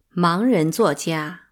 盲人作家。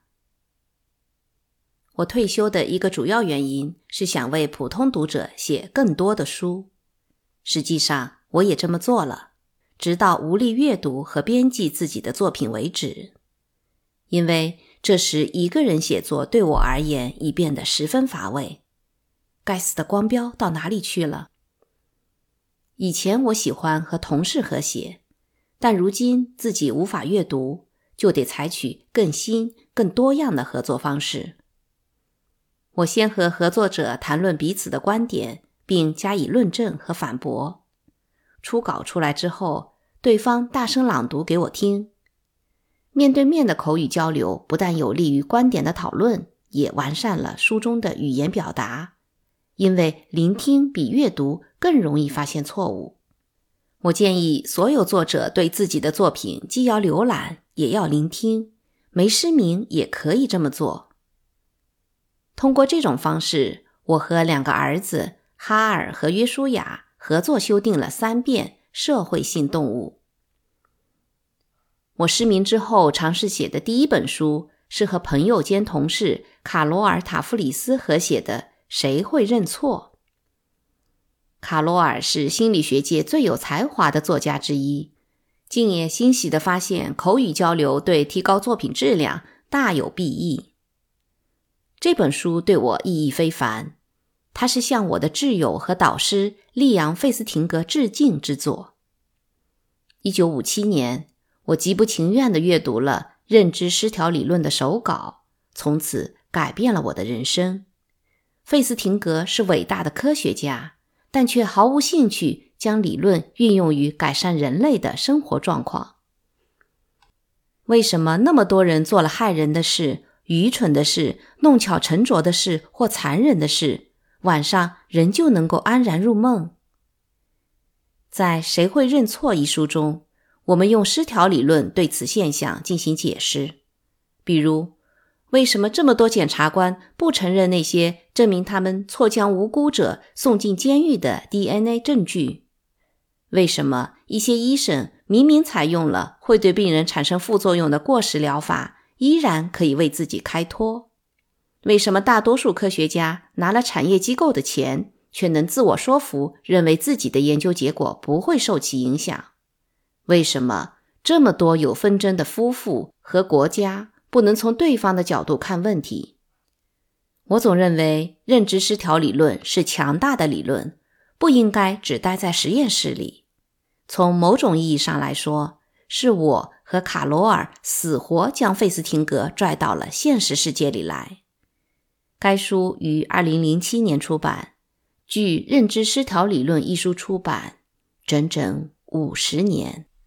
我退休的一个主要原因是想为普通读者写更多的书。实际上，我也这么做了，直到无力阅读和编辑自己的作品为止。因为这时一个人写作对我而言已变得十分乏味。该死的光标到哪里去了？以前我喜欢和同事合写，但如今自己无法阅读，就得采取更新、更多样的合作方式。我先和合作者谈论彼此的观点，并加以论证和反驳。初稿出来之后，对方大声朗读给我听。面对面的口语交流不但有利于观点的讨论，也完善了书中的语言表达，因为聆听比阅读更容易发现错误。我建议所有作者对自己的作品既要浏览，也要聆听，没失明也可以这么做。通过这种方式，我和2个儿子哈尔和约书亚合作修订了3遍社会性动物。我失明之后尝试写的第一本书是和朋友兼同事卡罗尔·塔夫里斯合写的《谁会认错》。卡罗尔是心理学界最有才华的作家之一，竟也欣喜地发现口语交流对提高作品质量大有裨益。这本书对我意义非凡，它是向我的挚友和导师利昂·费斯廷格致敬之作。1957年，我极不情愿地阅读了认知失调理论的手稿，从此改变了我的人生。费斯廷格是伟大的科学家，但却毫无兴趣将理论运用于改善人类的生活状况。为什么那么多人做了害人的事、愚蠢的事、弄巧成拙的事或残忍的事，晚上仍旧能够安然入梦？在《谁会认错》一书中，我们用失调理论对此现象进行解释。比如，为什么这么多检察官不承认那些证明他们错将无辜者送进监狱的 DNA 证据？为什么一些医生明明采用了会对病人产生副作用的过时疗法，依然可以为自己开脱？为什么大多数科学家拿了产业机构的钱，却能自我说服，认为自己的研究结果不会受其影响？为什么这么多有纷争的夫妇和国家不能从对方的角度看问题？我总认为认知失调理论是强大的理论，不应该只待在实验室里。从某种意义上来说，是我和卡罗尔死活将费斯廷格拽到了现实世界里来。该书于2007年出版，距《认知失调理论》一书出版整整50年。